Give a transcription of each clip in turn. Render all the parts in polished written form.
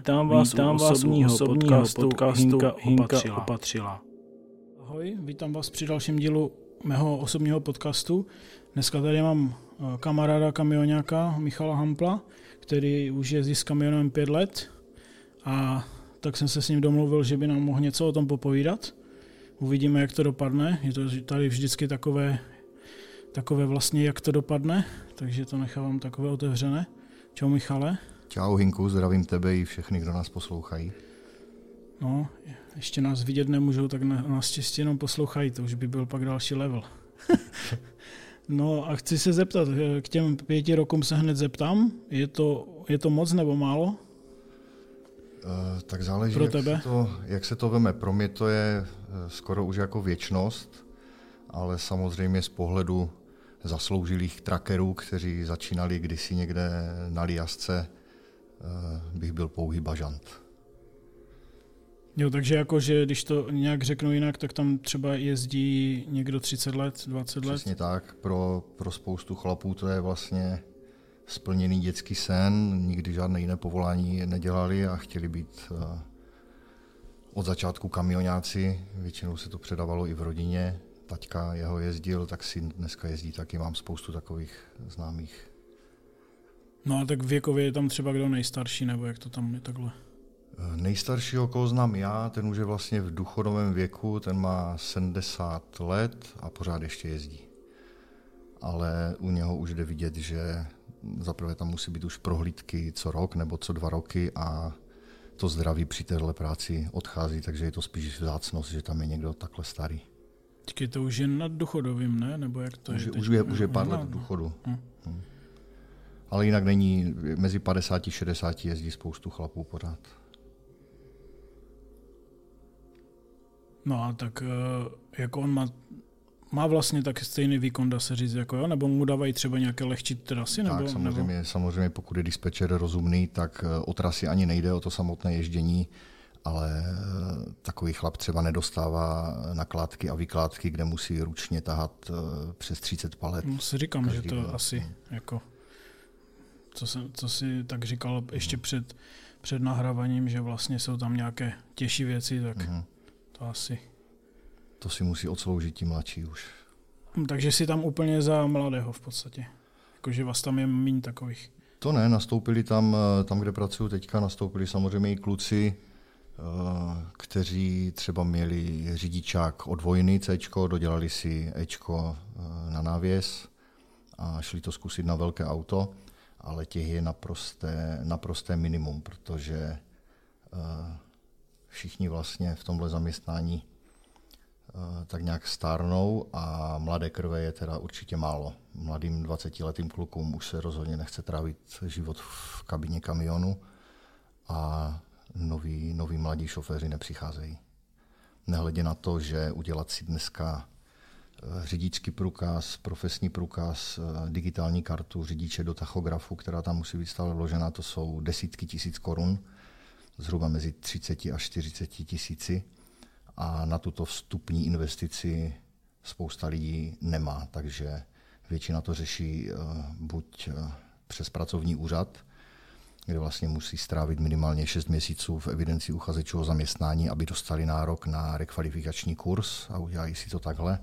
Vítám vás u osobního podcastu Hinka Opatřila. Ahoj, vítám vás při dalším dílu mého osobního podcastu. Dneska tady mám kamaráda kamioňáka Michala Hampla, který už jezdí s kamionem 5 let a tak jsem se s ním domluvil, že by nám mohl něco o tom popovídat. Uvidíme, jak to dopadne. Je to tady vždycky takové vlastně, jak to dopadne, takže to nechávám takové otevřené. Čau Michale. Čau Hinku, zdravím tebe i všechny, kdo nás poslouchají. No, ještě nás vidět nemůžou, tak nás čistě jenom poslouchají, to už by byl pak další level. No a chci se zeptat, k těm 5 rokům se hned zeptám, je to moc nebo málo? Tak záleží, pro tebe? Jak se to veme. Pro mě to je skoro už jako věčnost, ale samozřejmě z pohledu zasloužilých trackerů, kteří začínali kdysi někde na Liasce, bych byl pouhý bažant. Jo, takže jakože, když to nějak řeknu jinak, tak tam třeba jezdí někdo 30 let, 20 let? Přesně tak. Pro spoustu chlapů to je vlastně splněný dětský sen, nikdy žádné jiné povolání nedělali a chtěli být od začátku kamioňáci. Většinou se to předávalo i v rodině. Taťka jeho jezdil, tak syn dneska jezdí taky. Mám spoustu takových známých. No a tak věkově je tam třeba kdo nejstarší, nebo jak to tam je takhle? Nejstaršího, koho znám já, ten už je vlastně v důchodovém věku, ten má 70 let a pořád ještě jezdí. Ale u něho už jde vidět, že zaprvé tam musí být už prohlídky co rok nebo co 2 roky a to zdraví při téhle práci odchází, takže je to spíš vzácnost, že tam je někdo takhle starý. Taky to už je nad důchodovým, ne? Nebo jak to je? Už je pár let v důchodu. Ale jinak není, mezi 50 a 60 jezdí spoustu chlapů pořád. No a tak jako on má vlastně tak stejný výkon, dá se říct, jako jo? Nebo mu dávají třeba nějaké lehčí trasy? Tak samozřejmě, pokud je dispečer rozumný, tak o trasy ani nejde, o to samotné ježdění, ale takový chlap třeba nedostává nakládky a vykládky, kde musí ručně tahat přes 30 palet. No si říkám, že to asi jako, co si tak říkal ještě před nahráváním, že vlastně jsou tam nějaké těžší věci, tak to asi. To si musí odsloužit ti mladší už. Takže si tam úplně za mladého v podstatě. Jakože vás tam je méně takových. To ne, nastoupili tam, kde pracuju teďka, nastoupili samozřejmě i kluci, kteří třeba měli řidičák od vojny, Cčko, dodělali si Ečko na návěs a šli to zkusit na velké auto, ale těch je naprosté minimum, protože všichni vlastně v tomhle zaměstnání tak nějak stárnou a mladé krve je teda určitě málo. Mladým 20letým klukům už se rozhodně nechce trávit život v kabině kamionu a noví mladí šoféři nepřicházejí. Nehledě na to, že udělat si dneska řidičský průkaz, profesní průkaz, digitální kartu řidiče do tachografu, která tam musí být stále vložena, to jsou desítky tisíc korun, zhruba mezi 30 a 40 tisíci. A na tuto vstupní investici spousta lidí nemá, takže většina to řeší buď přes pracovní úřad, kde vlastně musí strávit minimálně 6 měsíců v evidenci uchazečů o zaměstnání, aby dostali nárok na rekvalifikační kurz a udělají si to takhle.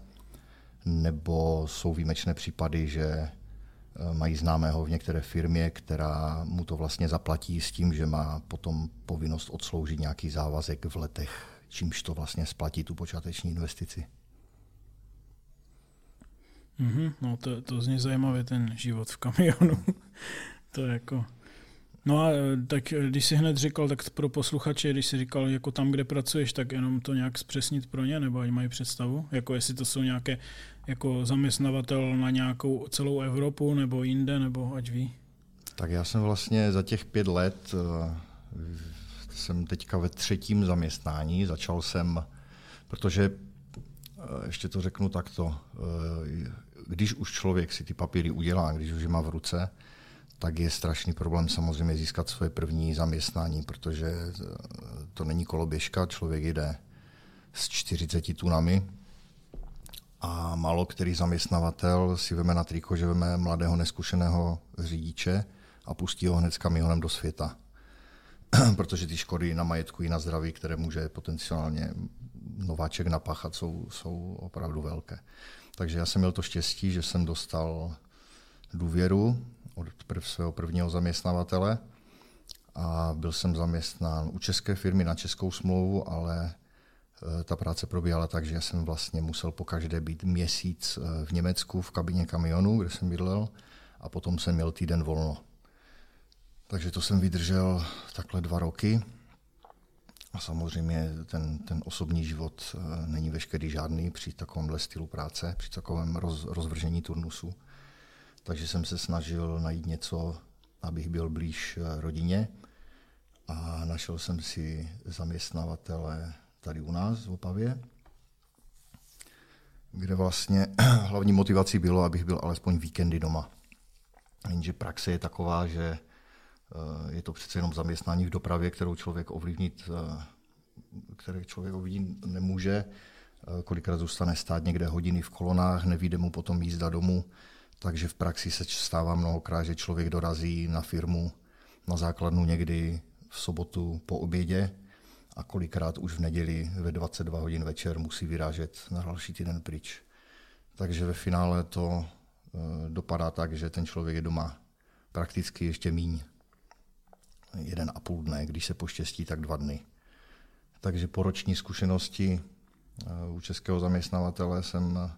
Nebo jsou výjimečné případy, že mají známého v některé firmě, která mu to vlastně zaplatí s tím, že má potom povinnost odsloužit nějaký závazek v letech, čímž to vlastně splatí tu počáteční investici. No to zní zajímavě ten život v kamionu. To je jako. No a tak když jsi hned říkal, tak pro posluchače, když jsi říkal jako tam, kde pracuješ, tak jenom to nějak zpřesnit pro ně, nebo ať mají představu? Jako jestli to jsou nějaké jako zaměstnavatel na nějakou celou Evropu, nebo jinde, nebo ať ví? Tak já jsem vlastně za těch 5 let jsem teďka ve 3. zaměstnání. Začal jsem, protože, ještě to řeknu takto, když už člověk si ty papíry udělá, když už je má v ruce, tak je strašný problém samozřejmě získat svoje první zaměstnání, protože to není koloběžka, člověk jde s 40 tunami a málo který zaměstnavatel si veme na triko, že veme mladého neskušeného řidiče a pustí ho hned s kamionem do světa. protože ty škody na majetku i na zdraví, které může potenciálně nováček napáchat, jsou opravdu velké. Takže já jsem měl to štěstí, že jsem dostal důvěru od svého prvního zaměstnavatele a byl jsem zaměstnán u české firmy na českou smlouvu, ale ta práce probíhala tak, že já jsem vlastně musel pokaždé být měsíc v Německu v kabině kamionu, kde jsem bydlel, a potom jsem měl týden volno. Takže to jsem vydržel takhle 2 roky. A samozřejmě ten osobní život není veškerý žádný při takovémhle stylu práce, při takovém rozvržení turnusu. Takže jsem se snažil najít něco, abych byl blíž rodině, a našel jsem si zaměstnavatele tady u nás v Opavě, kde vlastně hlavní motivací bylo, abych byl alespoň víkendy doma. Jenže praxe je taková, že je to přece jenom zaměstnání v dopravě, které člověk ovlivnit nemůže. Kolikrát zůstane stát někde hodiny v kolonách, nevyjde mu potom jízda domů. Takže v praxi se stává mnohokrát, že člověk dorazí na firmu, na základnu někdy v sobotu po obědě a kolikrát už v neděli ve 22 hodin večer musí vyrážet na další týden pryč. Takže ve finále to dopadá tak, že ten člověk je doma prakticky ještě míň 1,5 dne, když se poštěstí, tak 2 dny. Takže po roční zkušenosti u českého zaměstnavatele jsem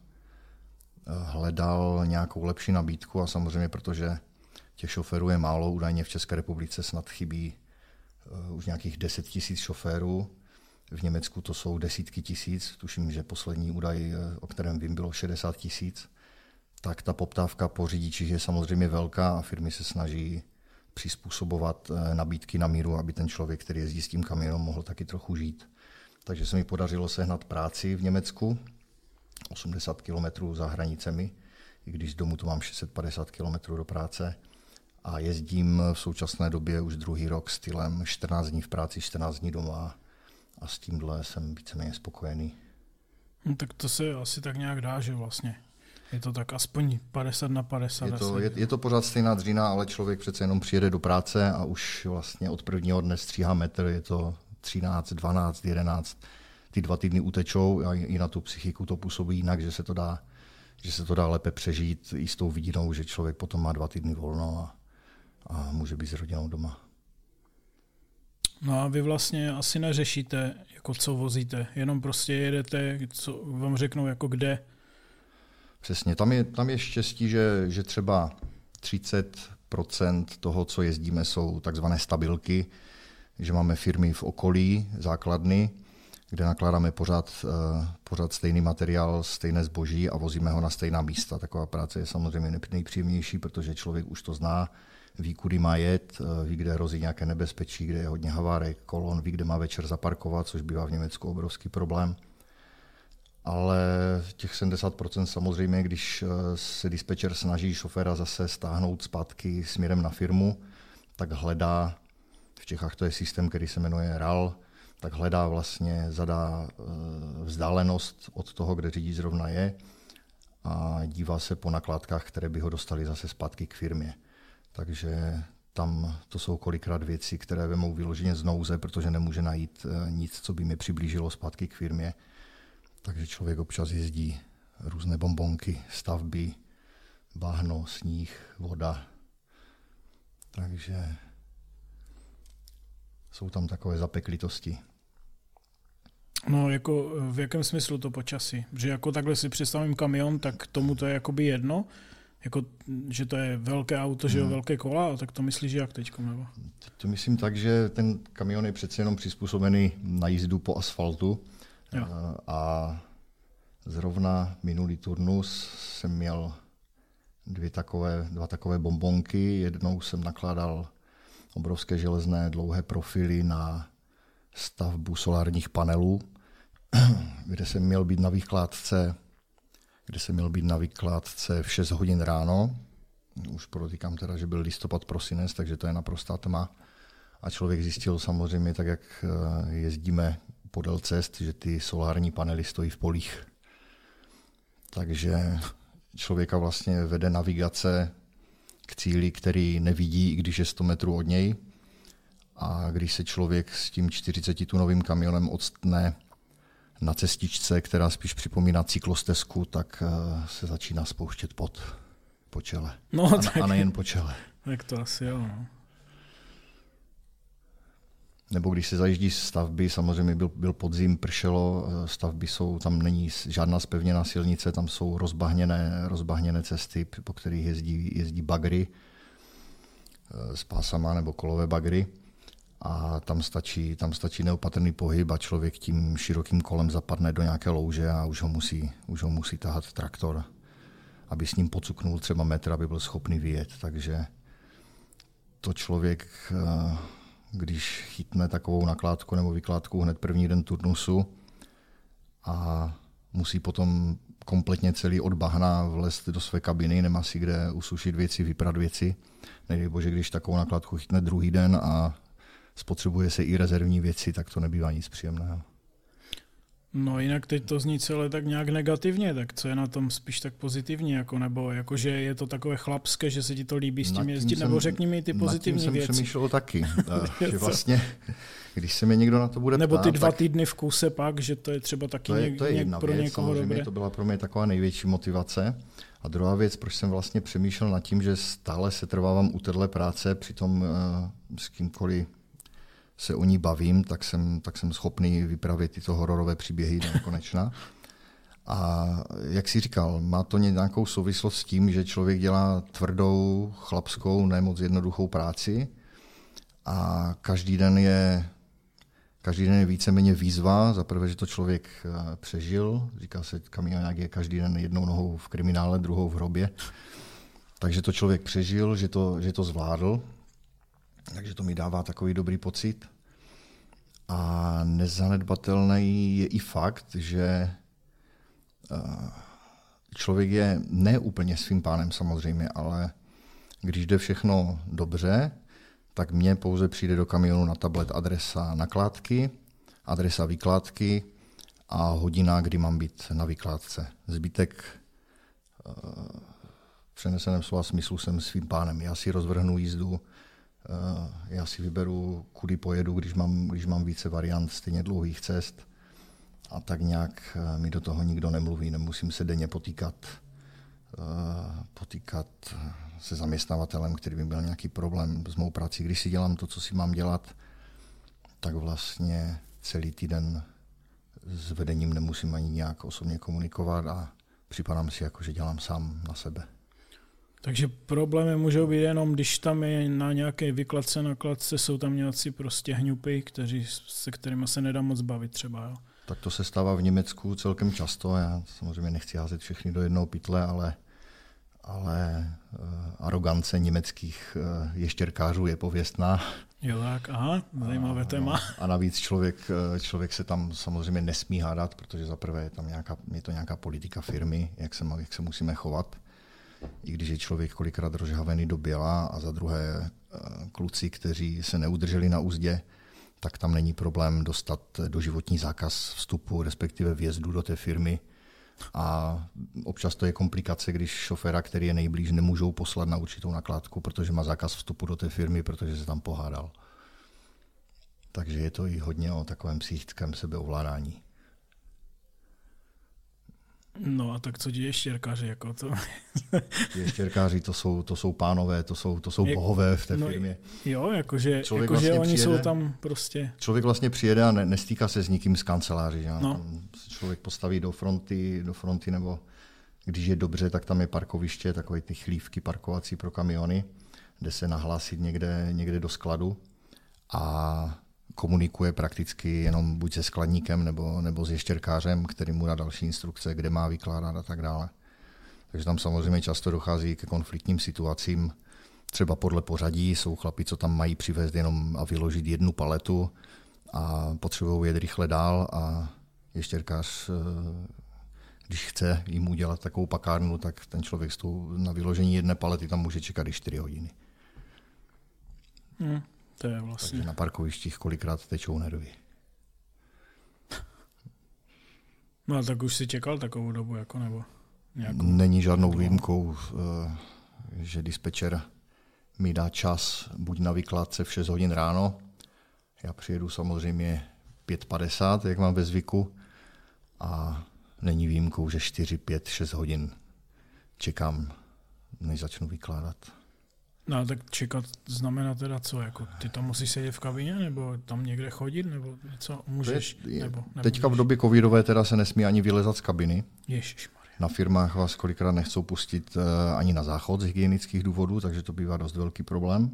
hledal nějakou lepší nabídku a samozřejmě, protože těch šoférů je málo, údajně v České republice snad chybí už nějakých 10 000 šoférů. V Německu to jsou desítky tisíc, tuším, že poslední údaj, o kterém vím, bylo 60 000. Tak ta poptávka po řidičích je samozřejmě velká a firmy se snaží přizpůsobovat nabídky na míru, aby ten člověk, který jezdí s tím kamionem, mohl taky trochu žít. Takže se mi podařilo sehnat práci v Německu, 80 km za hranicemi, i když z domu to mám 650 km do práce. A jezdím v současné době už 2. rok stylem 14 dní v práci, 14 dní doma a s tímhle jsem víceméně spokojený. No, tak to se asi tak nějak dá, že vlastně je to tak aspoň 50/50. Je to pořád stejná dřina, ale člověk přece jenom přijede do práce a už vlastně od prvního dne stříhá metr, je to 13, 12, 11. Ty 2 týdny utečou a i na tu psychiku to působí jinak, že se to dá lépe přežít i s tou vidinou, že člověk potom má 2 týdny volno a může být s rodinou doma. No a vy vlastně asi neřešíte, jako co vozíte, jenom prostě jedete, co vám řeknou jako kde. Přesně, tam je štěstí, že třeba 30% toho, co jezdíme, jsou takzvané stabilky, že máme firmy v okolí, základny, kde nakládáme pořád stejný materiál, stejné zboží a vozíme ho na stejná místa. Taková práce je samozřejmě nejpříjemnější, protože člověk už to zná, ví, kudy má jet, ví, kde hrozí nějaké nebezpečí, kde je hodně havárek, kolon, ví, kde má večer zaparkovat, což bývá v Německu obrovský problém. Ale těch 70% samozřejmě, když se dispečer snaží šoféra zase stáhnout zpátky směrem na firmu, tak hledá, v Čechách to je systém, který se jmenuje RAL, tak zadá vzdálenost od toho, kde řidič zrovna je a dívá se po nakládkách, které by ho dostali zase zpátky k firmě. Takže tam to jsou kolikrát věci, které vemou vyloženě z nouze, protože nemůže najít nic, co by mi přiblížilo zpátky k firmě. Takže člověk občas jezdí různé bombonky, stavby, bahno, sníh, voda. Takže jsou tam takové zapeklitosti. No, jako v jakém smyslu to počasí? Že jako takhle si představím kamion, tak tomu to je jakoby jedno? Jako, že to je velké auto, že jo, velké kola, tak to myslíš jak teďko? Nebo? To myslím tak, že ten kamion je přece jenom přizpůsobený na jízdu po asfaltu. Jo. A zrovna minulý turnus jsem měl dva takové bombonky. Jednou jsem nakládal obrovské železné dlouhé profily na stavbu solárních panelů, kde jsem měl být na výkládce v 6 hodin ráno. Už podotýkám teda, že byl listopad, prosinec, takže to je naprostá tma. A člověk zjistil samozřejmě, tak jak jezdíme podél cest, že ty solární panely stojí v polích. Takže člověka vlastně vede navigace k cíli, který nevidí, i když je 100 metrů od něj. A když se člověk s tím 40tunovým kamionem odstne na cestičce, která spíš připomíná cyklostezku, tak se začíná spouštět pot po čele. No, a nejen po čele. Tak to asi jo. No. Nebo když se zajíždí stavby, samozřejmě byl podzim, pršelo, stavby jsou, tam není žádná zpevněná silnice, tam jsou rozbahněné cesty, po kterých jezdí bagry s pásama nebo kolové bagry. A tam stačí neopatrný pohyb a člověk tím širokým kolem zapadne do nějaké louže a už ho musí tahat traktor, aby s ním pocuknul třeba metr, aby byl schopný vyjet. Takže to člověk, když chytne takovou nakládku nebo vykládku hned první den turnusu a musí potom kompletně celý od bahna vlézt do své kabiny, nemá si kde usušit věci, vyprat věci. Nedej bože, když takovou nakládku chytne druhý den a spotřebuje se i rezervní věci, tak to nebývá nic příjemného. No jinak teď to zní celé tak nějak negativně, tak co je na tom spíš tak pozitivní, nebo že je to takové chlapské, že se ti to líbí s tím jezdit, nebo řekni mi ty pozitivní věci. Nad tím jsem přemýšlel taky, že vlastně, když se mě někdo na to bude ptát, nebo ty 2 týdny v kuse pak, že to je třeba taky to je pro věc, někoho dobré. To byla pro mě taková největší motivace. A druhá věc, proč jsem vlastně přemýšlel nad tím, že stále se trvávám u téhle práce, přitom s kýmkoliv se o ní bavím, tak jsem schopný vyprávět tyto hororové příběhy do nekonečna. A jak jsi říkal, má to nějakou souvislost s tím, že člověk dělá tvrdou, chlapskou, nemoc jednoduchou práci a každý den je víceméně výzva. Za prvé, že to člověk přežil, říká se, kamionák je každý den jednou nohou v kriminále, druhou v hrobě. Takže to člověk přežil, že to zvládl. Takže to mi dává takový dobrý pocit. A nezanedbatelný je i fakt, že člověk je ne úplně svým pánem samozřejmě, ale když jde všechno dobře, tak mně pouze přijde do kamionu na tablet adresa nakládky, adresa vykládky a hodina, kdy mám být na vykládce. Zbytek v přeneseném slova smyslu jsem svým pánem. Já si rozvrhnu jízdu, já si vyberu, kudy pojedu, když mám více variant stejně dlouhých cest a tak nějak mi do toho nikdo nemluví. Nemusím se denně potýkat se zaměstnavatelem, který by měl nějaký problém s mou prací. Když si dělám to, co si mám dělat, tak vlastně celý týden s vedením nemusím ani nějak osobně komunikovat a připadám si jako, že dělám sám na sebe. Takže problémy můžou být jenom, když tam je na nějaké vykladce, nakladce, jsou tam nějací prostě hňupy, se kterými se nedá moc bavit třeba. Jo? Tak to se stává v Německu celkem často. Já samozřejmě nechci házet všechny do jednoho pytle, ale arogance německých ještěrkářů je pověstná. Jo tak, aha, zajímavé téma. A navíc člověk se tam samozřejmě nesmí hádat, protože zaprvé je to nějaká politika firmy, jak se musíme chovat. I když je člověk kolikrát rozžhavený do běla a za druhé kluci, kteří se neudrželi na uzdě, tak tam není problém dostat doživotní zákaz vstupu, respektive vjezdu do té firmy. A občas to je komplikace, když šoféra, který je nejblíž, nemůžou poslat na určitou nakládku, protože má zákaz vstupu do té firmy, protože se tam pohádal. Takže je to i hodně o takovém psychickém sebeovládání. No a tak co ti ještěrkáři? Jako to? Ještěrkáři to jsou pánové, to jsou bohové v té firmě. Jo, jakože vlastně oni jsou tam prostě. Člověk vlastně přijede a nestýká se s nikým z kanceláří. No. Člověk postaví do fronty, nebo když je dobře, tak tam je parkoviště, takové ty chlívky parkovací pro kamiony, kde se nahlásit někde do skladu a komunikuje prakticky jenom buď se skladníkem nebo s ještěrkářem, který mu dá další instrukce, kde má vykládat a tak dále. Takže tam samozřejmě často dochází ke konfliktním situacím. Třeba podle pořadí jsou chlapi, co tam mají přivést jenom a vyložit jednu paletu a potřebují jet rychle dál a ještěrkář, když chce jim udělat takovou pakárnu, tak ten člověk na vyložení jedné palety tam může čekat i 4 hodiny. To je vlastně. Takže na parkovištích kolikrát tečou nervy. No a tak už si čekal takovou dobu, jako nebo nějakou? Není žádnou výjimkou, že dispečer mi dá čas buď na vykládce v 6 hodin ráno, Já přijedu samozřejmě 5:50, jak mám ve zvyku, a není výjimkou, že 4, 5, 6 hodin čekám, než začnu vykládat. No tak čekat znamená teda co? Jako ty tam musíš sedět v kabině, nebo tam někde chodit, nebo něco můžeš? Nebo teďka v době covidové teda se nesmí ani vylezat z kabiny. Ježišmarja. Na firmách vás kolikrát nechcou pustit ani na záchod z hygienických důvodů, takže to bývá dost velký problém.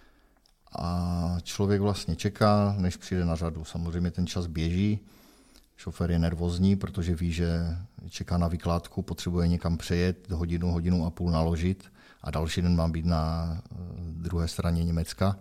A člověk vlastně čeká, než přijde na řadu. Samozřejmě ten čas běží, šofér je nervózní, protože ví, že čeká na vykládku, potřebuje někam přejet, hodinu, hodinu a půl naložit a další den má být na druhé straně Německa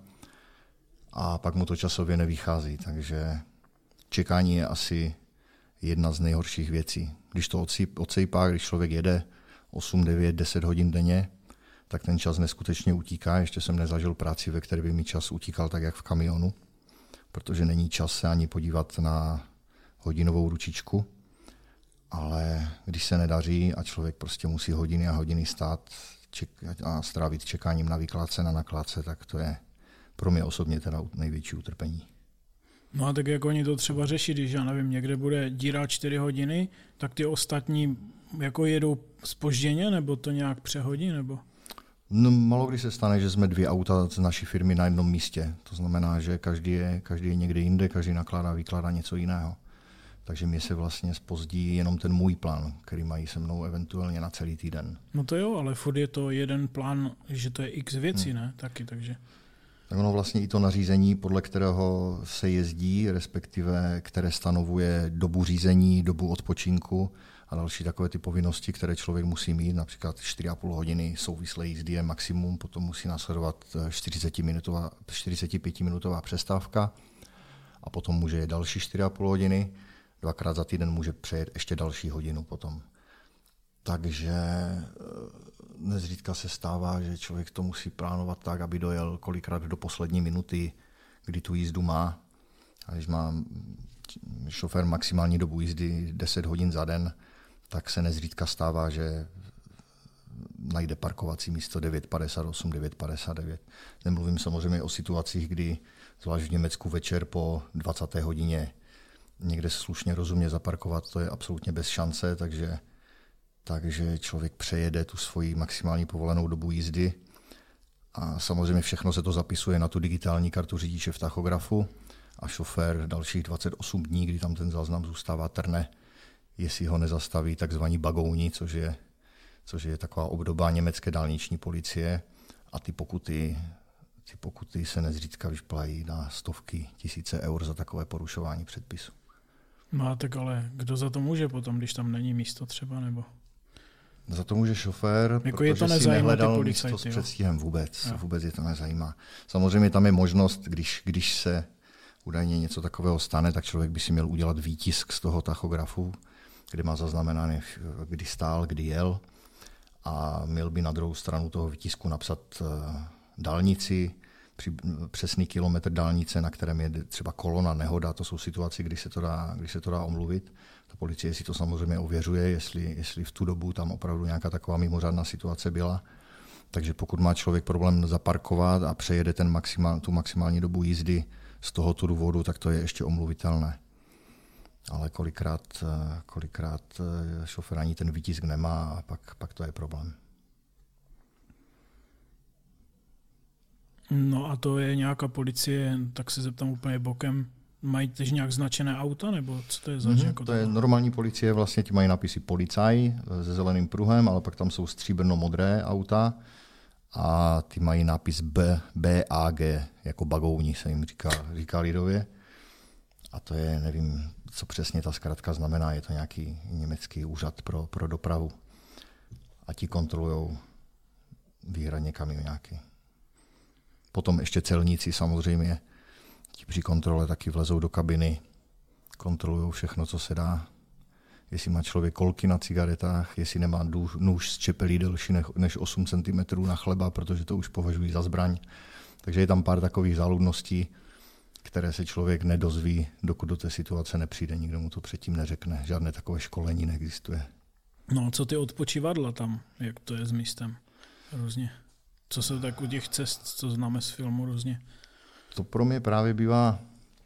a pak mu to časově nevychází. Takže čekání je asi jedna z nejhorších věcí. Když to odsejpá, když člověk jede 8, 9, 10 hodin denně, tak ten čas neskutečně utíká. Ještě jsem nezažil práci, ve které by mi čas utíkal tak, jak v kamionu, protože není čas se ani podívat na hodinovou ručičku. Ale když se nedaří a člověk prostě musí hodiny a hodiny stát a strávit čekáním na vykládce, na nakládce, tak to je pro mě osobně teda největší utrpení. No a tak jak oni to třeba řeší, když já nevím, někde bude díra 4 hodiny, tak ty ostatní jako jedou zpožděně, nebo to nějak přehodí, nebo? No, málo kdy se stane, že jsme 2 auta z naší firmy na jednom místě. To znamená, že každý je někde jinde, každý vykládá něco jiného. Takže mě se vlastně zpozdí jenom ten můj plán, který mají se mnou eventuálně na celý týden. No to jo, ale furt je to jeden plán, že to je x věcí, ne? Taky, takže. Tak ono vlastně i to nařízení, podle kterého se jezdí, respektive které stanovuje dobu řízení, dobu odpočinku a další takové ty povinnosti, které člověk musí mít, například 4,5 hodiny souvislé jízdy je maximum, potom musí následovat 45-minutová přestávka a potom může jít další 4,5 hodiny, 2krát za týden může přejet ještě další hodinu potom. Takže nezřídka se stává, že člověk to musí plánovat tak, aby dojel kolikrát do poslední minuty, kdy tu jízdu má. A když má šofér maximální dobu jízdy 10 hodin za den, tak se nezřídka stává, že najde parkovací místo 9,58, 9,59. Nemluvím samozřejmě o situacích, kdy zvlášť v Německu večer po 20. hodině někde slušně rozumně zaparkovat, to je absolutně bez šance, takže člověk přejede tu svoji maximální povolenou dobu jízdy a samozřejmě všechno se to zapisuje na tu digitální kartu řidiče v tachografu a šofér dalších 28 dní, kdy tam ten záznam zůstává, trne, jestli ho nezastaví takzvaní bagouni, což je taková obdoba německé dálniční policie a ty pokuty se nezřídka vyšplají na stovky, tisíce eur za takové porušování předpisu. No a tak ale kdo za to může potom, když tam není místo třeba, nebo? Za to může šofér, jako protože je to si nehledal místo s předstihem vůbec. Jo. Vůbec je to nezajímá. Samozřejmě tam je možnost, když se údajně něco takového stane, tak člověk by si měl udělat výtisk z toho tachografu, kde má zaznamenané, kdy stál, kdy jel a měl by na druhou stranu toho výtisku napsat dálnici, přesný kilometr dálnice, na kterém je třeba kolona, nehoda, to jsou situace, kdy se to dá omluvit. Ta policie si to samozřejmě ověřuje, jestli v tu dobu tam opravdu nějaká taková mimořádná situace byla. Takže pokud má člověk problém zaparkovat a přejede tu maximální dobu jízdy z tohoto důvodu, tak to je ještě omluvitelné. Ale kolikrát šofér ani ten výtisk nemá a pak to je problém. No a to je nějaká policie, tak se zeptám úplně bokem, mají tež nějak značené auta, nebo co to je zač? To je normální policie, vlastně ti mají napisy policaj se zeleným pruhem, ale pak tam jsou stříbrno-modré auta a ty mají nápis BAG, jako bagouni se jim říká lidově. A to je, nevím, co přesně ta zkratka znamená, je to nějaký německý úřad pro dopravu. A ti kontrolují výhradně kamioňáky. Potom ještě celníci samozřejmě, ti při kontrole taky vlezou do kabiny, kontrolují všechno, co se dá. Jestli má člověk kolky na cigaretách, jestli nemá nůž z čepelí delší než 8 cm na chleba, protože to už považují za zbraň. Takže je tam pár takových záludností, které se člověk nedozví, dokud do té situace nepřijde. Nikdo mu to předtím neřekne. Žádné takové školení neexistuje. No a co ty odpočívadla tam? Jak to je s místem? Různě. Co se tak u těch cest, co známe z filmu různě? To pro mě právě bývá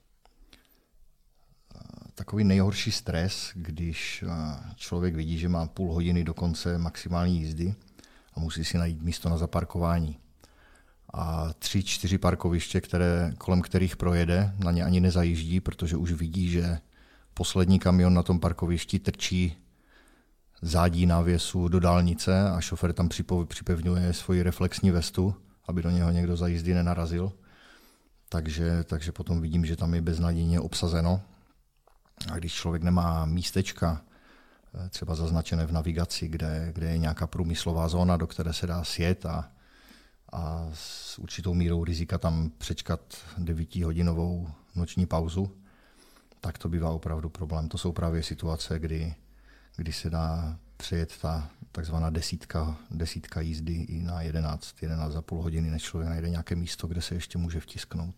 takový nejhorší stres, když člověk vidí, že má půl hodiny do konce maximální jízdy a musí si najít místo na zaparkování. A 3-4 parkoviště, kolem kterých projede, na ně ani nezajíždí, protože už vidí, že poslední kamion na tom parkovišti trčí zádí návěsu do dálnice a šofér tam připevňuje svoji reflexní vestu, aby do něho někdo za jízdy nenarazil. Takže potom vidím, že tam je beznadějně obsazeno. A když člověk nemá místečka, třeba zaznačené v navigaci, kde je nějaká průmyslová zóna, do které se dá sjet a s určitou mírou rizika tam přečkat 9hodinovou noční pauzu, tak to bývá opravdu problém. To jsou právě situace, kdy se dá přejet ta takzvaná desítka jízdy i na 11,5 hodiny, než člověk najde nějaké místo, kde se ještě může vtisknout.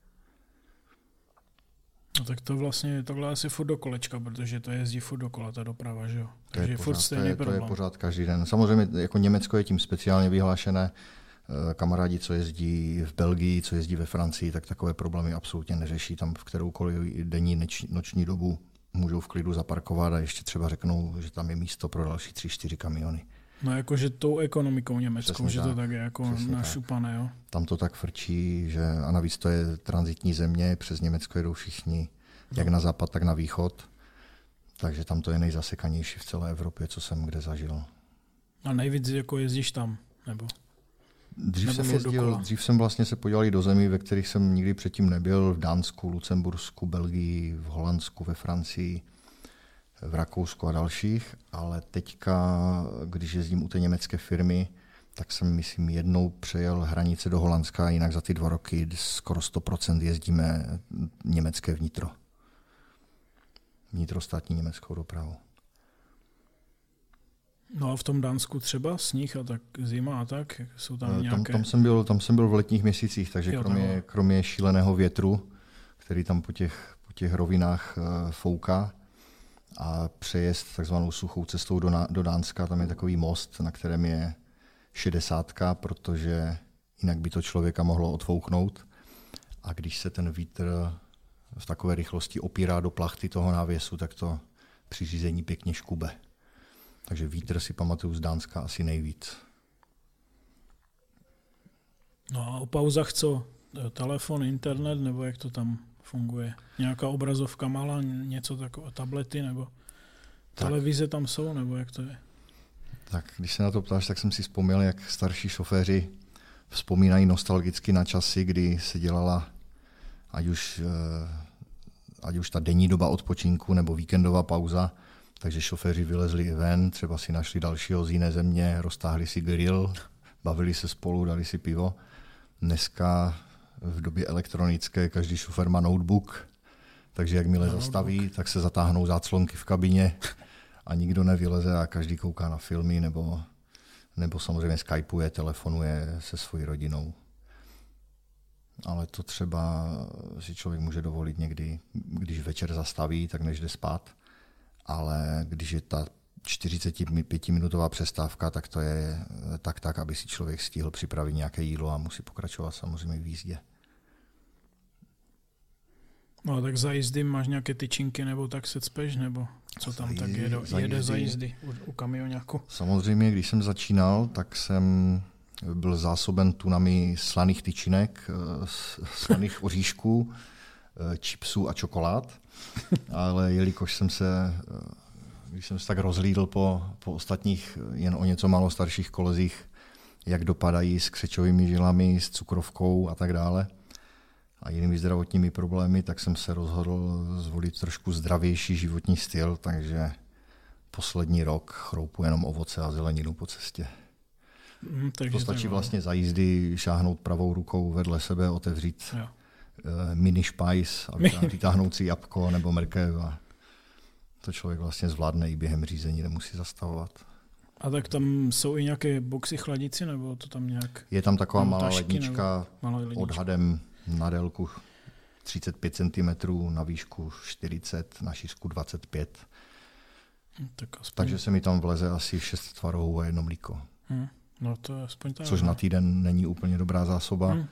No tak to vlastně takhle asi furt do kolečka, protože to jezdí furt dokola ta doprava, že jo? Takže je furt stejný problém. To je pořád každý den. Samozřejmě jako Německo je tím speciálně vyhlášené. Kamarádi, co jezdí v Belgii, co jezdí ve Francii, tak takové problémy absolutně neřeší. Tam v kteroukoliv denní noční dobu můžou v klidu zaparkovat a ještě třeba řeknou, že tam je místo pro další 3-4 kamiony. No jakože tou ekonomikou německou, přesně že tak, to tak je jako našupané, jo? Tam to tak frčí, že a navíc to je tranzitní země, přes Německo jedou všichni, jak na západ, tak na východ. Takže tam to je nejzasekanější v celé Evropě, co jsem kde zažil. A nejvíc jako jezdíš tam, nebo? Dřív jsem vlastně se podíval do zemí, ve kterých jsem nikdy předtím nebyl, v Dánsku, Lucembursku, Belgii, v Holandsku, ve Francii, v Rakousku a dalších, ale teďka, když jezdím u té německé firmy, tak jsem, myslím, jednou přejel hranice do Holandska, jinak za ty 2 roky skoro 100% jezdíme německé vnitro. Vnitrostátní německou dopravu. No a v tom Dánsku třeba sníh a tak zima a tak? Jsou tam nějaké... Tam jsem byl v letních měsících, takže kromě šíleného větru, který tam po těch rovinách fouká, a přejezd takzvanou suchou cestou do Dánska, tam je takový most, na kterém je 60, protože jinak by to člověka mohlo odfouknout. A když se ten vítr v takové rychlosti opírá do plachty toho návěsu, tak to při řízení pěkně škube. Takže vítr si pamatuju z Dánska asi nejvíc. No a o pauzách co? Telefon, internet, nebo jak to tam funguje? Nějaká obrazovka malá, něco takové, tablety, nebo televize tam jsou, nebo jak to je? Tak když se na to ptáš, tak jsem si vzpomněl, jak starší šoféři vzpomínají nostalgicky na časy, kdy se dělala ať už ta denní doba odpočinku nebo víkendová pauza, takže šoféři vylezli ven, třeba si našli dalšího z jiné země, roztáhli si grill, bavili se spolu, dali si pivo. Dneska v době elektronické každý šofér má notebook, takže jakmile zastaví, tak se zatáhnou záclonky v kabině a nikdo nevyleze a každý kouká na filmy nebo samozřejmě skypuje, telefonuje se svojí rodinou. Ale to třeba si člověk může dovolit někdy, když večer zastaví, tak než jde spát. Ale když je ta 45-minutová přestávka, tak to je tak, aby si člověk stihl připravit nějaké jídlo a musí pokračovat samozřejmě v jízdě. No tak za jízdy máš nějaké tyčinky, nebo tak se cpeš, nebo co tam tak jede za jízdy u kamioňáku? Samozřejmě, když jsem začínal, tak jsem byl zásoben tunami slaných tyčinek, slaných oříšků, chipsů a čokolád. Ale jelikož když jsem se tak rozhlídl po ostatních jen o něco málo starších kolezích, jak dopadají s křečovými žilami, s cukrovkou a tak dále a jinými zdravotními problémy, tak jsem se rozhodl zvolit trošku zdravější životní styl, takže poslední rok chroupu jenom ovoce a zeleninu po cestě. To stačí vlastně za jízdy šáhnout pravou rukou vedle sebe, otevřít mini špajs a vytáhnout si jabko nebo mrkev a to člověk vlastně zvládne i během řízení, nemusí zastavovat. A tak tam jsou i nějaké boxy chladici, nebo to tam nějak? Je tam taková malá lednička odhadem na délku 35 cm, na výšku 40, na šířku 25. Takže se mi tam vleze asi 6 tvarohů a 1 mlíko. No to je aspoň tak. Což na týden není úplně dobrá zásoba,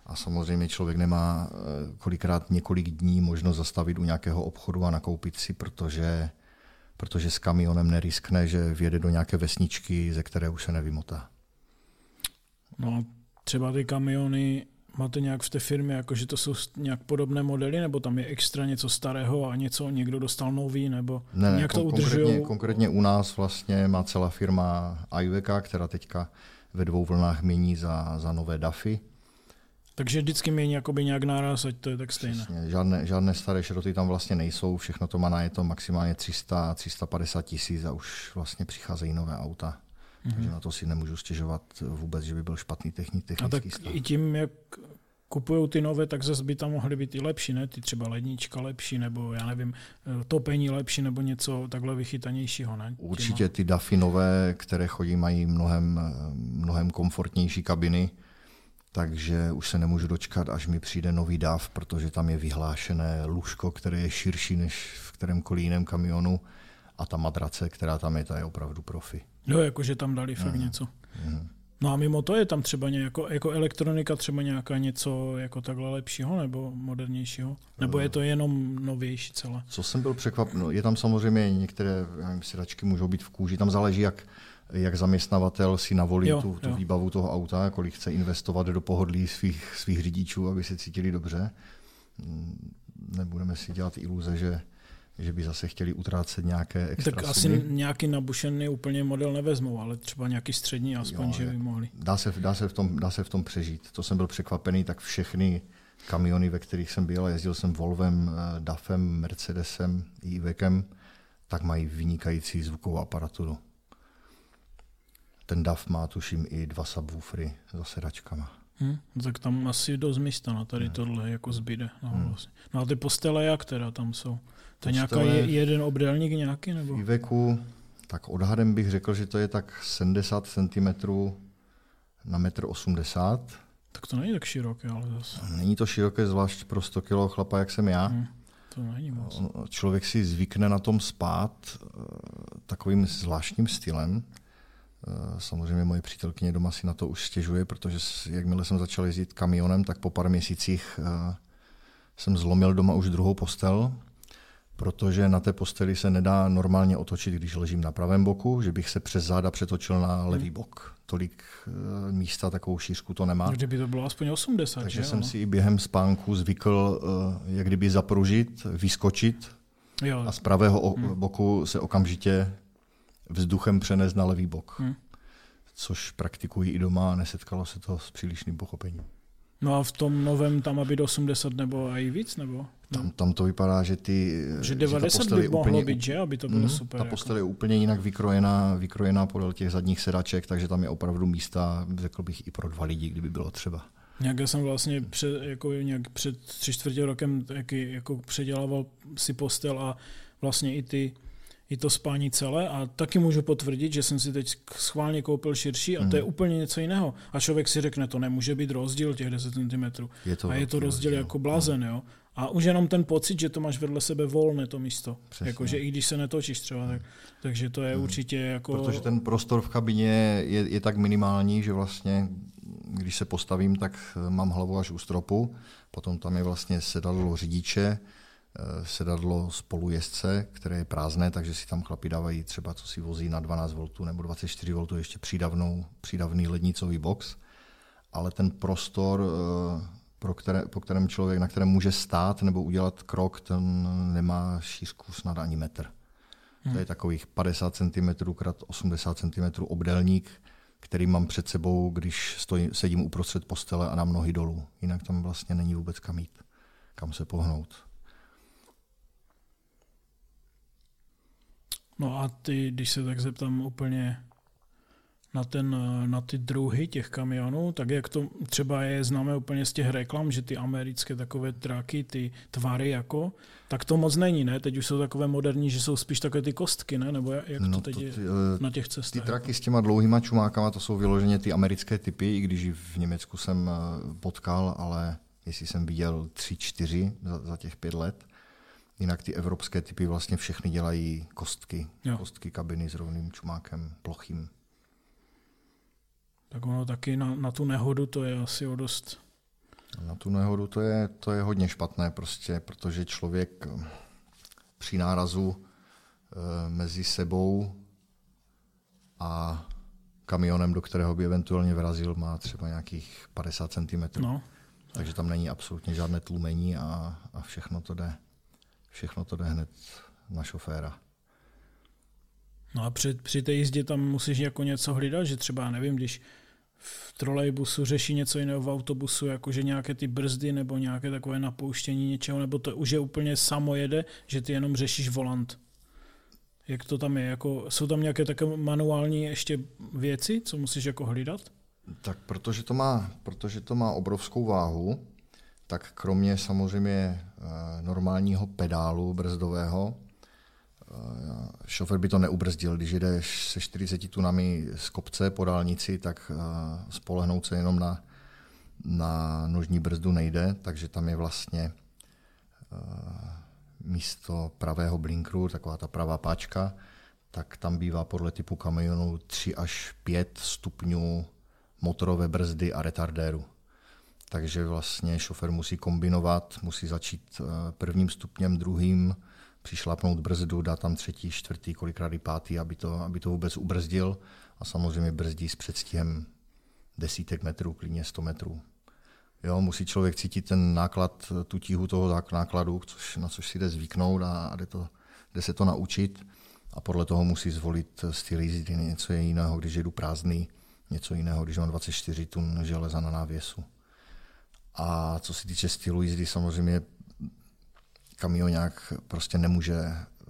A samozřejmě člověk nemá kolikrát několik dní možnost zastavit u nějakého obchodu a nakoupit si, protože s kamionem neriskne, že vjede do nějaké vesničky, ze které už se nevymotá. No a třeba ty kamiony máte nějak v té firmě, jakože to jsou nějak podobné modely, nebo tam je extra něco starého a někdo dostal nový, nebo nějak to udržujou? Konkrétně u nás vlastně má celá firma Iveco, která teďka ve 2 vlnách mění za nové DAFy. Takže vždycky mění jakoby nějak náraz, ať to je tak stejné. Přesně, žádné staré šroty tam vlastně nejsou, všechno to má najeto maximálně 300-350 tisíc a už vlastně přicházejí nové auta. Takže na to si nemůžu stěžovat vůbec, že by byl špatný technický a tak stav. I tím, jak kupujou ty nové, tak zase by tam mohly být i lepší, ne? Ty třeba lednička lepší, nebo já nevím, topení lepší, nebo něco takhle vychytanějšího, ne? Určitě ty DAFy nové, které chodí, mají mnohem komfortnější kabiny, takže už se nemůžu dočkat, až mi přijde nový DAF, protože tam je vyhlášené lůžko, které je širší než v kterémkoliv jiném kamionu a ta madrace, která tam je, ta je opravdu profi. Jo, jakože tam dali fakt něco. No a mimo to je tam třeba jako elektronika třeba nějaká něco jako takhle lepšího nebo modernějšího? Nebo je to jenom novější celé? Co jsem byl překvapen, je tam samozřejmě některé sedačky můžou být v kůži, tam záleží, jak zaměstnavatel si navolí tu výbavu toho auta, kolik chce investovat do pohodlí svých řidičů, aby se cítili dobře. Nebudeme si dělat iluze, že by zase chtěli utrácet nějaké extra tak sumy. Asi nějaký nabušený úplně model nevezmou, ale třeba nějaký střední aspoň, že by mohli. Dá se v tom přežít. To jsem byl překvapený, tak všechny kamiony, ve kterých jsem byl, jezdil jsem Volvem, DAFem, Mercedesem, Ivecem, tak mají vynikající zvukovou aparaturu. Ten DAF má, tuším, i 2 subwoofery za sedačkama. Tak tam asi dost místa na tady tohle jako zbyde. Vlastně. No a ty postele jak teda tam jsou? To je nějaký jeden obdélník nějaký? Nebo? V Ivecu, tak odhadem bych řekl, že to je tak 70 cm na 1,80 m. Tak to není tak široké, ale zase. Není to široké, zvlášť pro 100 kg chlapa, jak jsem já. To není moc. Člověk si zvykne na tom spát takovým zvláštním stylem. Samozřejmě moje přítelkyně doma si na to už stěžuje, protože jakmile jsem začal jezdit kamionem, tak po pár měsících jsem zlomil doma už druhou postel, protože na té posteli se nedá normálně otočit, když ležím na pravém boku, že bych se přes záda přetočil na levý bok. Tolik místa, takovou šířku to nemá. Kdyby to bylo aspoň 80. Takže jsem si i během spánku zvykl, jak kdyby zapružit, vyskočit a z pravého boku se okamžitě vzduchem přenést na levý bok. Což praktikuji i doma a nesetkalo se to s přílišným pochopením. No a v tom novém tam má být 80 nebo i víc? Nebo? Tam to vypadá, že 90 by mohlo být, že? Aby to bylo super. Ta postel je úplně jinak vykrojená podle těch zadních sedaček, takže tam je opravdu místa, řekl bych, i pro 2 lidi, kdyby bylo třeba. Já jsem vlastně před 3/4 rokem jako předělával si postel a vlastně i to spání celé a taky můžu potvrdit, že jsem si teď schválně koupil širší a to je úplně něco jiného. A člověk si řekne, to nemůže být rozdíl těch 10 cm. Je to rozdíl jako blázen, jo. A už jenom ten pocit, že to máš vedle sebe volné to místo. Jakože i když se netočíš třeba, takže to je určitě jako... Protože ten prostor v kabině je tak minimální, že vlastně, když se postavím, tak mám hlavu až u stropu. Potom tam je vlastně sedadlo řidiče, sedadlo spolujezdce, které je prázdné, takže si tam chlapi dávají třeba, co si vozí na 12 V nebo 24 V, ještě přídavný lednicový box. Ale ten prostor, na kterém může stát nebo udělat krok, ten nemá šířku snad ani metr. To je takových 50 cm x 80 cm obdélník, který mám před sebou, když sedím uprostřed postele a na nohy dolů. Jinak tam vlastně není vůbec kam jít, kam se pohnout. No a ty, když se tak zeptám úplně na ty druhy těch kamionů, tak jak to třeba je známe úplně z těch reklam, že ty americké takové traky, ty tvary jako, tak to moc není, ne? Teď už jsou takové moderní, že jsou spíš takové ty kostky, ne? Nebo jak to teď je na těch cestách? Ty traky s těma dlouhýma čumákama, to jsou vyloženě ty americké typy, i když v Německu jsem potkal, ale jestli jsem viděl 3-4 za těch 5 let. Jinak ty evropské typy vlastně všechny dělají kostky. Kostky kabiny s rovným čumákem, plochým. Tak ono taky na tu nehodu to je asi o dost Na tu nehodu to je hodně špatné, prostě, protože člověk při nárazu mezi sebou a kamionem, do kterého by eventuálně vrazil, má třeba nějakých 50 cm. No. Takže tam není absolutně žádné tlumení a všechno to jde hned na šoféra. No a při té jízdě tam musíš jako něco hlídat, že třeba, nevím, když v trolejbusu řeší něco jiného v autobusu, jakože nějaké ty brzdy nebo nějaké takové napouštění něčeho, nebo to už je úplně samo jede, že ty jenom řešíš volant. Jak to tam je? Jako, jsou tam nějaké takové manuální ještě věci, co musíš jako hlídat? Tak protože to má obrovskou váhu, tak kromě samozřejmě normálního pedálu brzdového, šofer by to neubrzdil. Když jdeš se 40 tunami z kopce po dálnici, tak spolehnout se jenom na nožní brzdu nejde, takže tam je vlastně místo pravého blinkru, taková ta pravá páčka, tak tam bývá podle typu kamionů 3 až 5 stupňů motorové brzdy a retardéru. Takže vlastně šofer musí kombinovat, musí začít prvním stupněm, druhým, přišlapnout brzdu, dát tam třetí, čtvrtý, kolikrát i pátý, aby to vůbec ubrzdil. A samozřejmě brzdí s předstihem desítek metrů, klidně 100 metrů. Jo, musí člověk cítit ten náklad, tu tíhu toho nákladu, na což si jde zvyknout a jde se to naučit. A podle toho musí zvolit styl jízdy. Něco je jiného, když jedu prázdný, něco jiného, když mám 24 tun železa na návěsu. A co se týče stylu jízdy, samozřejmě kamionák prostě nemůže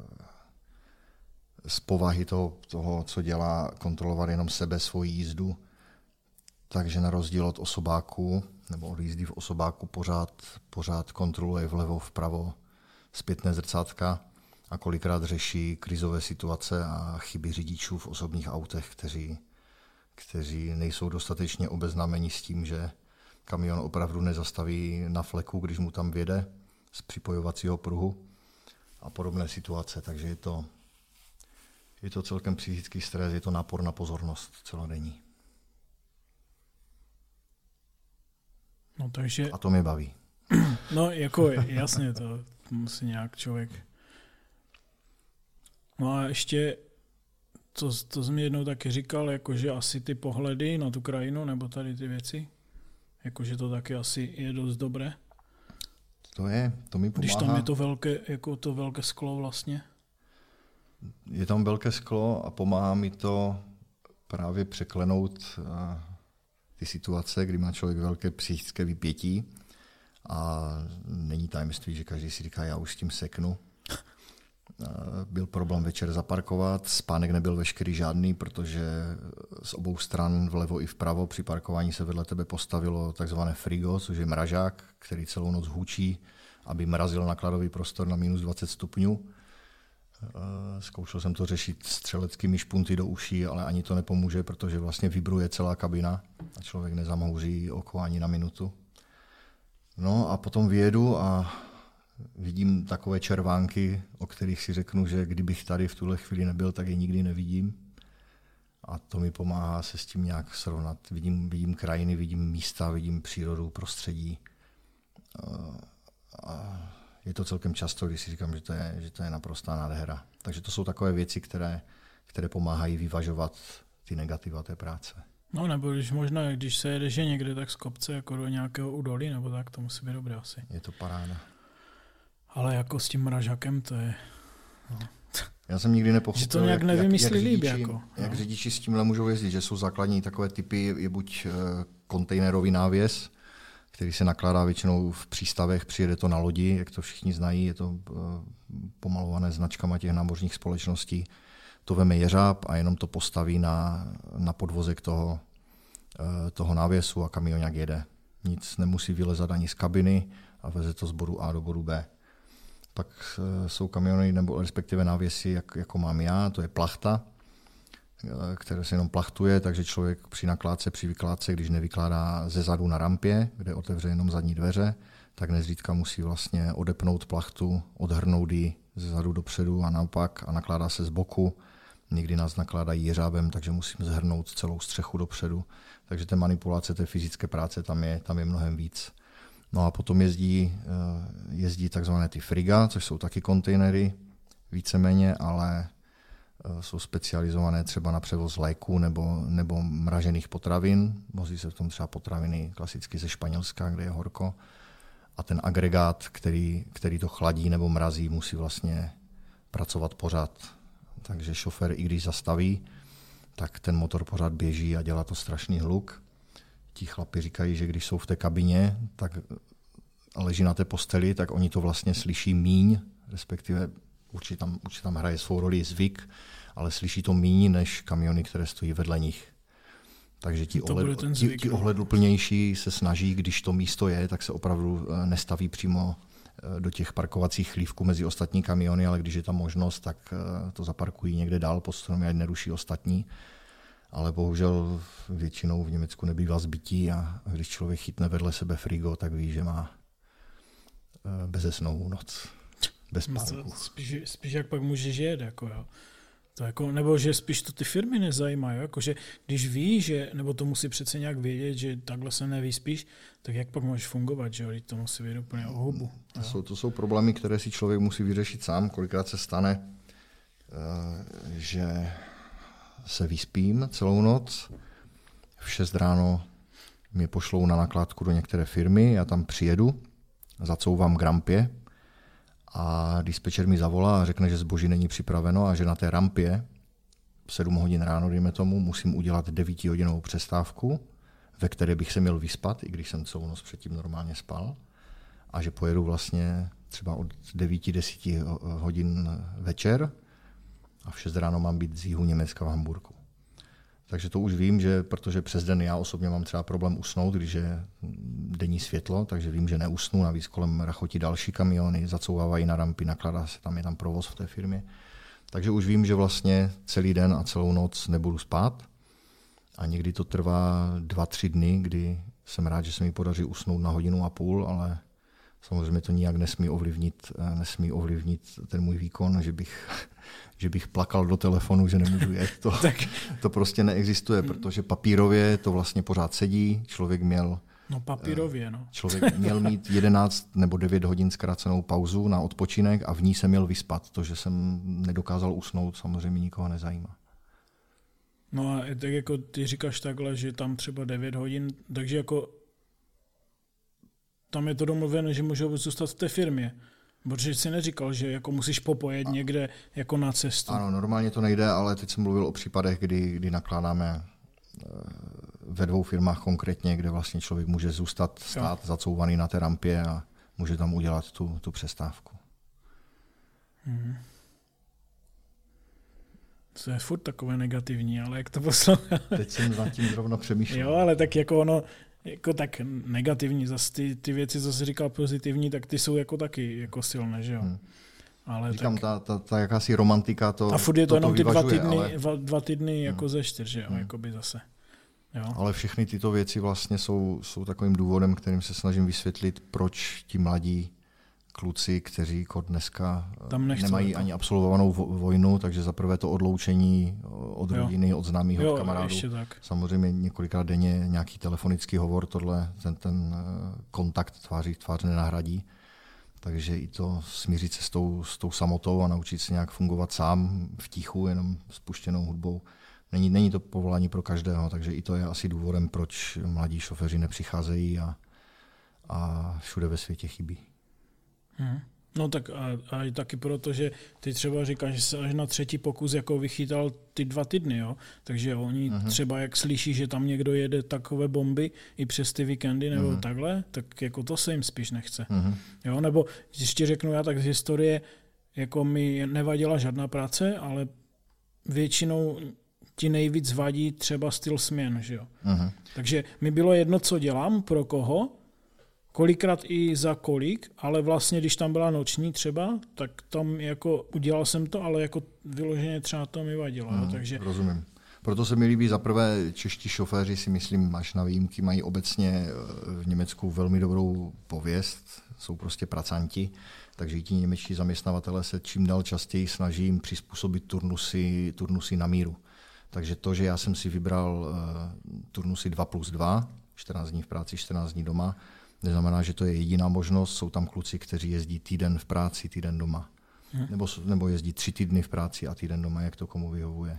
z povahy toho, co dělá, kontrolovat jenom sebe, svoji jízdu. Takže na rozdíl od osobáku, nebo od jízdy v osobáku pořád kontroluje vlevo, vpravo, zpětné zrcátka a kolikrát řeší krizové situace a chyby řidičů v osobních autech, kteří nejsou dostatečně obeznámeni s tím, že kamion opravdu nezastaví na fleku, když mu tam vjede z připojovacího pruhu a podobné situace. Takže je to celkem psychický stres, je to nápor na pozornost celodenní. No, takže... A to mě baví. No jako jasně, to musí nějak člověk. No a ještě, to jsi mi jednou taky říkal, jakože asi ty pohledy na tu krajinu, nebo tady ty věci, jakože to taky asi je dost dobré. To mi pomáhá. Když tam je to velké, jako to velké sklo vlastně. Je tam velké sklo a pomáhá mi to právě překlenout ty situace, kdy má člověk velké psychické vypětí a není tajemství, že každý si říká, já už s tím seknu. Byl problém večer zaparkovat, spánek nebyl veškerý žádný, protože z obou stran vlevo i vpravo při parkování se vedle tebe postavilo takzvané frigo, což je mražák, který celou noc hučí, aby mrazil nakladový prostor na minus 20 stupňů. Zkoušel jsem to řešit střeleckými špunty do uší, ale ani to nepomůže, protože vlastně vibruje celá kabina a člověk nezamhouří oko ani na minutu. No a potom vyjedu a vidím takové červánky, o kterých si řeknu, že kdybych tady v tuhle chvíli nebyl, tak je nikdy nevidím. A to mi pomáhá se s tím nějak srovnat. Vidím krajiny, vidím místa, vidím přírodu, prostředí. A je to celkem často, když si říkám, že to je naprostá nádhera. Takže to jsou takové věci, které pomáhají vyvažovat ty negativa té práce. No nebo když se jedeš někde tak z kopce jako do nějakého údolí, nebo tak, to musí být dobré asi. Je to paráda. Ale jako s tím mražakem to je... No. Já jsem nikdy nepochopil, že to nějak nevymyslí líp. Jak řidiči s tímhle můžou jezdit, že jsou základní takové typy, je buď kontejnerový návěs, který se nakládá většinou v přístavech, přijede to na lodi, jak to všichni znají, je to pomalované značkama těch námořních společností. To veme jeřáb a jenom to postaví na podvozek toho návěsu a kamionák jede. Nic nemusí vylezat ani z kabiny a veze to z bodu A do bodu B. Pak jsou kamiony nebo respektive návěsy, jako mám já, to je plachta, které se jenom plachtuje, takže člověk při nakládce, při vykládce, když nevykládá ze zadu na rampě, kde otevře jenom zadní dveře, tak nezřídka musí vlastně odepnout plachtu, odhrnout ji ze zadu dopředu a naopak a nakládá se z boku. Někdy nás nakládají jeřábem, takže musím zhrnout celou střechu dopředu. Takže té manipulace, té fyzické práce tam je mnohem víc. No a potom jezdí takzvané ty friga, což jsou taky kontejnery víceméně, ale jsou specializované třeba na převoz léků nebo mražených potravin. Vozí se v tom třeba potraviny klasicky ze Španělska, kde je horko. A ten agregát, který to chladí nebo mrazí, musí vlastně pracovat pořád. Takže šofér, i když zastaví, tak ten motor pořád běží a dělá to strašný hluk. Ti chlapi říkají, že když jsou v té kabině tak a leží na té posteli, tak oni to vlastně slyší míň, respektive určitě tam hraje svou roli zvyk, ale slyší to míň než kamiony, které stojí vedle nich. Takže ti ohleduplnější se snaží, když to místo je, tak se opravdu nestaví přímo do těch parkovacích chlívků mezi ostatní kamiony, ale když je tam možnost, tak to zaparkují někde dál pod stromy, ať neruší ostatní. Ale bohužel většinou v Německu nebývá zbytí a když člověk chytne vedle sebe frigo, tak ví, že má bezesnou noc. Bez spánku. Spíš jak pak můžeš jet, jako jo. To jako, nebo že spíš to ty firmy nezajímají, jakože když víš, že, nebo to musí přece nějak vědět, že takhle se nevyspíš, tak jak pak můžeš fungovat, že jo, to musí být úplně o hubu. To jsou problémy, které si člověk musí vyřešit sám. Kolikrát se stane, že se vyspím celou noc, v 6 ráno mě pošlou na nakládku do některé firmy, já tam přijedu, zacouvám k rampě a dispečer mi zavolá a řekne, že zboží není připraveno a že na té rampě 7 hodin ráno, dejme tomu, musím udělat 9hodinovou přestávku, ve které bych se měl vyspat, i když jsem celou noc předtím normálně spal, a že pojedu vlastně třeba od 9-10 hodin večer a v 6 ráno mám být z jihu Německa v Hamburku. Takže to už vím, že protože přes den já osobně mám třeba problém usnout, když je denní světlo, takže vím, že neusnu, navíc kolem rachotí další kamiony, zacouvávají na rampy, nakládá se tam, je tam provoz v té firmě. Takže už vím, že vlastně celý den a celou noc nebudu spát a někdy to trvá 2-3 dny, kdy jsem rád, že se mi podaří usnout na 1,5 hodiny, ale samozřejmě to nijak nesmí ovlivnit ten můj výkon, že bych plakal do telefonu, že nemůžu jet. To prostě neexistuje, protože papírově to vlastně pořád sedí. Člověk měl mít 11 nebo 9 hodin zkrácenou pauzu na odpočinek a v ní se měl vyspat. To, že jsem nedokázal usnout, samozřejmě nikoho nezajímá. No a tak jako ty říkáš takhle, že tam třeba 9 hodin, takže jako tam je to domluvené, že můžou zůstat v té firmě. Protože jsi neříkal, že jako musíš popojet někde jako na cestu. Ano, normálně to nejde, ale teď jsem mluvil o případech, kdy nakládáme ve 2 firmách konkrétně, kde vlastně člověk může stát zacouvaný na té rampě a může tam udělat tu přestávku. To je furt takové negativní, ale jak to poslouchá. Teď jsem nad tím zrovna přemýšlel. Jo, ale tak jako ono, jako tak negativní, zase ty věci, co jsi říkal pozitivní, tak ty jsou jako taky jako silné, že jo. Ale říkám, ta jakási romantika to. A furt je to jenom ty vyvažuje, 2 týdny jako ze 4, že jo, jakoby zase. Jo. Ale všechny tyto věci vlastně jsou takovým důvodem, kterým se snažím vysvětlit, proč ti mladí kluci, kteří dneska nemají ani absolvovanou vojnu, takže za prvé to odloučení od rodiny, od známých, od kamarádů. Samozřejmě několikrát denně nějaký telefonický hovor, ten kontakt tváří v tvář nenahradí. Takže i to smířit se s tou samotou a naučit se nějak fungovat sám v tichu, jenom s puštěnou hudbou. Není to povolání pro každého, takže i to je asi důvodem, proč mladí šoféři nepřicházejí a všude ve světě chybí. No tak a taky proto, že ty třeba říkáš, že se až na 3. pokus jako vychytal ty 2 týdny, jo? Takže oni třeba jak slyší, že tam někdo jede takové bomby i přes ty víkendy nebo takhle, tak jako to se jim spíš nechce. Jo? Nebo když ti řeknu já, tak z historie jako mi nevadila žádná práce, ale většinou ti nejvíc vadí třeba styl směn, že jo? Takže mi bylo jedno, co dělám, pro koho, kolikrát i za kolik, ale vlastně, když tam byla noční třeba, tak tam jako udělal jsem to, ale jako vyloženě třeba to mi vadilo. Takže rozumím. Proto se mi líbí zaprvé čeští šoféři, si myslím, až na výjimky, mají obecně v Německu velmi dobrou pověst, jsou prostě pracanti, takže i ti němečtí zaměstnavatelé se čím dál častěji snaží jim přizpůsobit turnusy na míru. Takže to, že já jsem si vybral turnusy 2+2, 14 dní v práci, 14 dní doma, Neznamená, že to je jediná možnost. Jsou tam kluci, kteří jezdí týden v práci, týden doma. Nebo jezdí 3 týdny v práci a týden doma, jak to komu vyhovuje.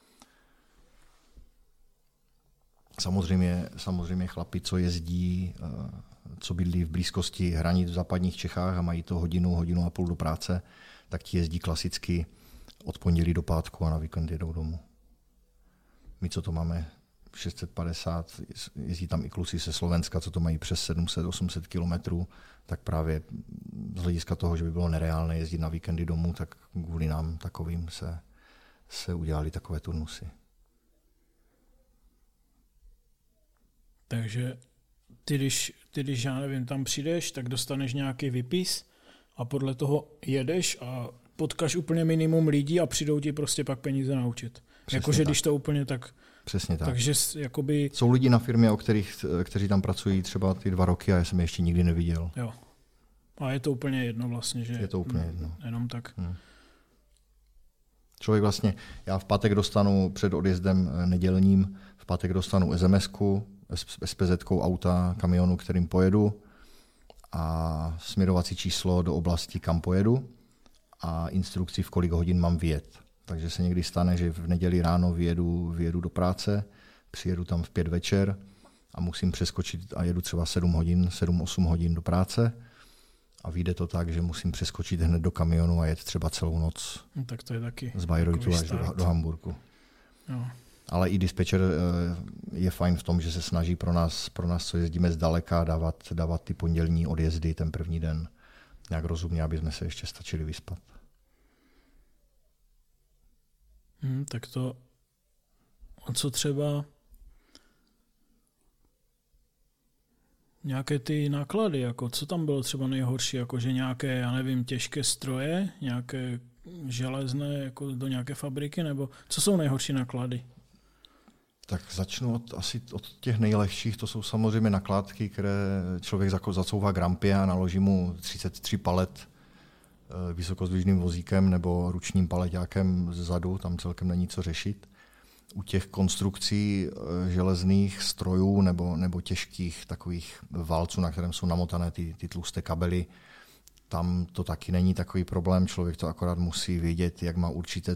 Samozřejmě chlapi, co jezdí, co bydlí v blízkosti hranic v západních Čechách a mají to hodinu a půl do práce, tak ti jezdí klasicky od pondělí do pátku a na víkend jedou domů. My, co to máme 650, jezdí tam i kluci ze Slovenska, co to mají přes 700-800 kilometrů, tak právě z hlediska toho, že by bylo nereálné jezdit na víkendy domů, tak kvůli nám takovým se udělali takové turnusy. Takže ty, když já nevím, tam přijdeš, tak dostaneš nějaký výpis a podle toho jedeš a potkáš úplně minimum lidí a přijdou ti prostě pak peníze naučit. Jakože když to úplně tak... Přesně tak. Takže jakoby... Jsou lidi na firmě, kteří tam pracují třeba ty 2 roky a já jsem je ještě nikdy neviděl. Jo. A je to úplně jedno vlastně, že... Je to úplně jedno. Jenom tak. Člověk vlastně, já v pátek dostanu před odjezdem nedělním, v pátek dostanu SMS-ku, SPZ-kou auta, kamionu, kterým pojedu a směrovací číslo do oblasti, kam pojedu a instrukci, v kolik hodin mám vyjet. Takže se někdy stane, že v neděli ráno vyjedu do práce, přijedu tam v 5 večer a musím přeskočit a jedu třeba 7-8 hodin do práce a vyjde to tak, že musím přeskočit hned do kamionu a jet třeba celou noc tak to je taky z Bayreuthu až do Hamburgu. Jo. Ale i dispečer je fajn v tom, že se snaží pro nás, co jezdíme zdaleka, dávat ty pondělní odjezdy ten první den nějak rozumně, aby jsme se ještě stačili vyspat. Tak to, a co třeba nějaké ty náklady, jako co tam bylo třeba nejhorší, jako že nějaké, já nevím, těžké stroje, nějaké železné jako do nějaké fabriky, nebo co jsou nejhorší náklady? Tak začnu asi od těch nejlehčích, to jsou samozřejmě nakládky, které člověk zacouvá grampě a naloží mu 33 palet vysokozdvižným vozíkem nebo ručním paleťákem zezadu, tam celkem není co řešit. U těch konstrukcí železných strojů nebo těžkých takových válců, na kterém jsou namotané ty tlusté kabely, tam to taky není takový problém, člověk to akorát musí vědět, jak má určité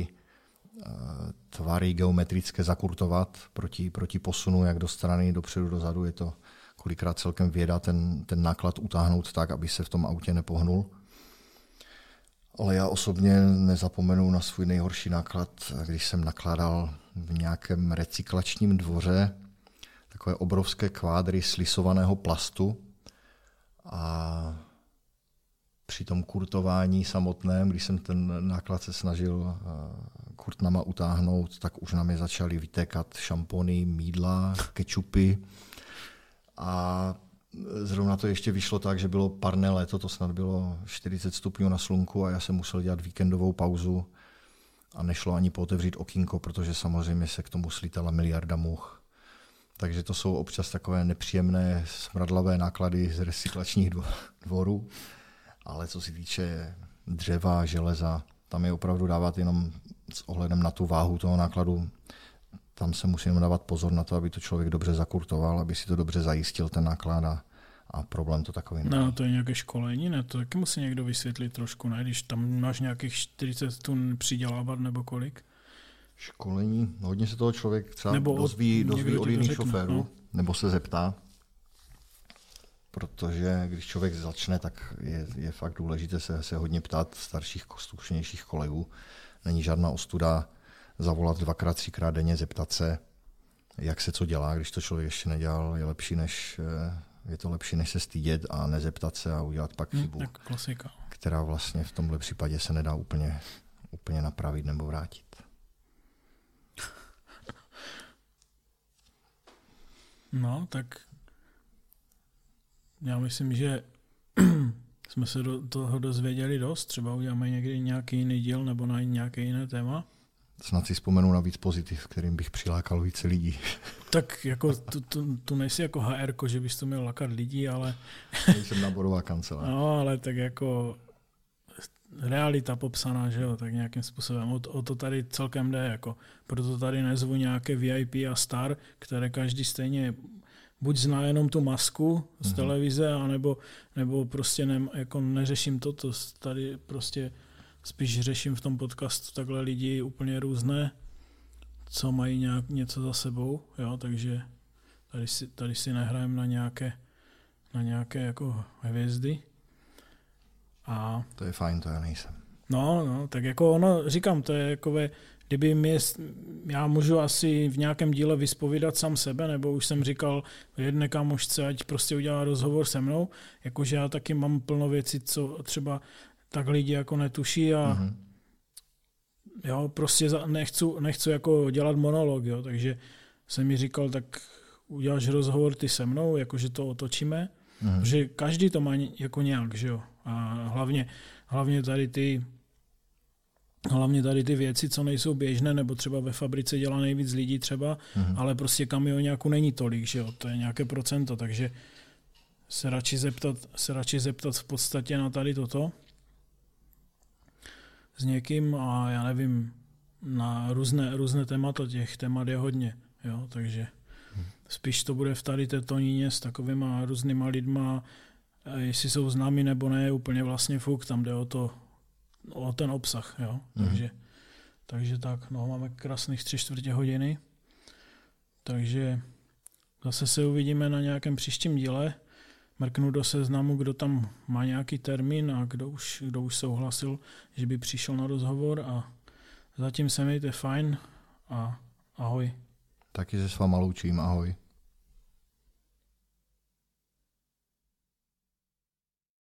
tvary geometrické zakurtovat proti posunu, jak do strany, dopředu, dozadu. Je to kolikrát celkem věda ten náklad utáhnout tak, aby se v tom autě nepohnul. Ale já osobně nezapomenu na svůj nejhorší náklad, když jsem nakládal v nějakém recyklačním dvoře takové obrovské kvádry slisovaného plastu a při tom kurtování samotném, když jsem ten náklad se snažil kurtnama utáhnout, tak už na mě začaly vytékat šampony, mýdla, kečupy a zrovna to ještě vyšlo tak, že bylo parné léto, to snad bylo 40 stupňů na slunku a já jsem musel dělat víkendovou pauzu a nešlo ani pootevřít okýnko, protože samozřejmě se k tomu slítala miliarda much. Takže to jsou občas takové nepříjemné smradlavé náklady z recyklačních dvorů, ale co se týče dřeva, železa, tam je opravdu dávat jenom s ohledem na tu váhu toho nákladu. Tam se musí dávat pozor na to, aby to člověk dobře zakurtoval, aby si to dobře zajistil ten náklad a problém to takový není. No, to je nějaké školení, ne? To taky musí někdo vysvětlit trošku, ne? Když tam máš nějakých 40 tun přidělávat nebo kolik? Školení? Hodně se toho člověk třeba dozví od jiných šoférů, nebo se zeptá. Protože když člověk začne, tak je fakt důležité se hodně ptát starších, zkušenějších kolegů. Není žádná ostuda zavolat 2x, 3x denně, zeptat se, jak se co dělá. Když to člověk ještě nedělal, je to lepší, než se stydět a nezeptat se a udělat pak chybu, která vlastně v tomhle případě se nedá úplně napravit nebo vrátit. No, tak já myslím, že jsme se do toho dozvěděli dost. Třeba uděláme někdy nějaký jiný díl nebo najít nějaké jiné téma. Snad si vzpomenu na víc pozitiv, kterým bych přilákal více lidí. Tak jako tu nejsi jako HR, že bys to měl lakat lidí, ale... Jsem náborová kancelář. No, ale tak jako realita popsaná, že jo, tak nějakým způsobem. O to tady celkem jde, jako. Proto tady nezvu nějaké VIP a star, které každý stejně buď zná jenom tu masku z televize, nebo prostě jako neřeším to tady prostě spíš řeším v tom podcastu takhle lidi úplně různé, co mají něco za sebou, jo, takže tady si nehrajem na nějaké jako hvězdy. A to je fajn, to já nejsem. No, tak jako ono, říkám, to je jakové, já můžu asi v nějakém díle vyspovídat sám sebe, nebo už jsem říkal jedné kamošce, ať prostě udělá rozhovor se mnou, jakože já taky mám plno věcí, co třeba tak lidi jako netuší a jo, prostě nechci jako dělat monolog, jo, takže jsem mi říkal, tak uděláš rozhovor ty se mnou, jakože to otočíme, protože každý to má jako nějak, že jo, a hlavně tady ty věci, co nejsou běžné, nebo třeba ve fabrice dělá nejvíc lidí třeba, ale prostě kamioňáků není tolik, že jo, to je nějaké procento, takže se radši zeptat v podstatě na tady toto s někým a já nevím, na různé témata, těch témat je hodně, jo, takže spíš to bude v tady té toníně s takovýma různýma lidma, jestli jsou známí nebo ne, je úplně vlastně fuk, tam jde o ten obsah, jo, takže tak, no, máme krásných 3/4 hodiny, takže zase se uvidíme na nějakém příštím díle, mrknu do seznamu, kdo tam má nějaký termín a kdo už souhlasil, že by přišel na rozhovor a zatím se mějte fajn a ahoj. Taky se s váma loučím, ahoj.